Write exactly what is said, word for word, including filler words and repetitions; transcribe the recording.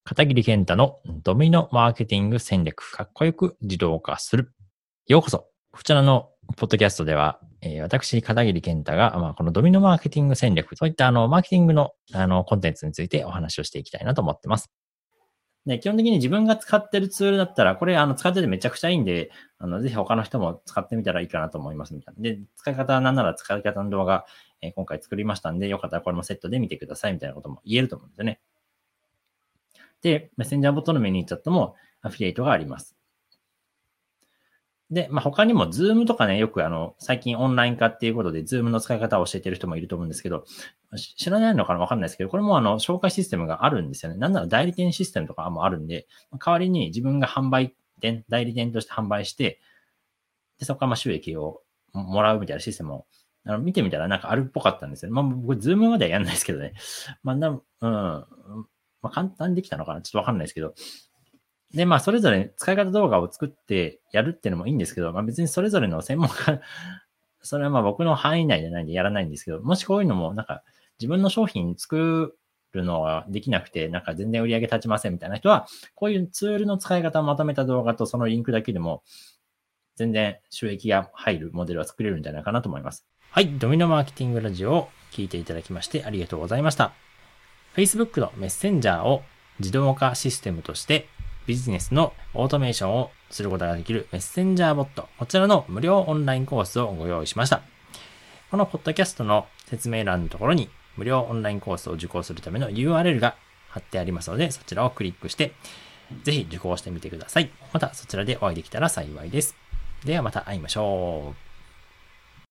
片桐健太のドミノマーケティング戦略、かっこよく自動化する。ようこそ。こちらのポッドキャストでは、えー、私、片桐健太が、まあ、このドミノマーケティング戦略、そういったあのマーケティングのあのコンテンツについてお話をしていきたいなと思ってます。で、基本的に自分が使ってるツールだったら、これあの使っててめちゃくちゃいいんで、あのぜひ他の人も使ってみたらいいかなと思いますみたいな。で、使い方なんなら使い方の動画、えー、今回作りましたんで、よかったらこれもセットで見てくださいみたいなことも言えると思うんですよね。で、メッセンジャーボットのメニューチャットもアフィリエイトがあります。で、まあ、他にも Zoom とかね、よくあの、最近オンライン化っていうことで Zoom の使い方を教えてる人もいると思うんですけど、知らないのかなわかんないですけど、これもあの、紹介システムがあるんですよね。なんなら代理店システムとかもあるんで、代わりに自分が販売店、代理店として販売して、で、そこからまあ収益をもらうみたいなシステムを、あの、見てみたらなんかあるっぽかったんですよね。まあ、僕、Zoom まではやんないですけどね。まあ、な、うん、まあ、簡単にできたのかなちょっとわかんないですけど、で、まあ、それぞれ使い方動画を作ってやるっていうのもいいんですけど、まあ別にそれぞれの専門家、それはまあ僕の範囲内でないんでやらないんですけど、もしこういうのもなんか自分の商品作るのはできなくて、なんか全然売り上げ立ちませんみたいな人は、こういうツールの使い方をまとめた動画とそのリンクだけでも、全然収益が入るモデルは作れるんじゃないかなと思います。はい、ドミノマーケティングラジオを聞いていただきましてありがとうございました。Facebook のメッセンジャーを自動化システムとしてビジネスのオートメーションをすることができるメッセンジャーボット、こちらの無料オンラインコースをご用意しました。このポッドキャストの説明欄のところに無料オンラインコースを受講するための ユーアールエル が貼ってありますので、そちらをクリックしてぜひ受講してみてください。またそちらでお会いできたら幸いです。ではまた会いましょう。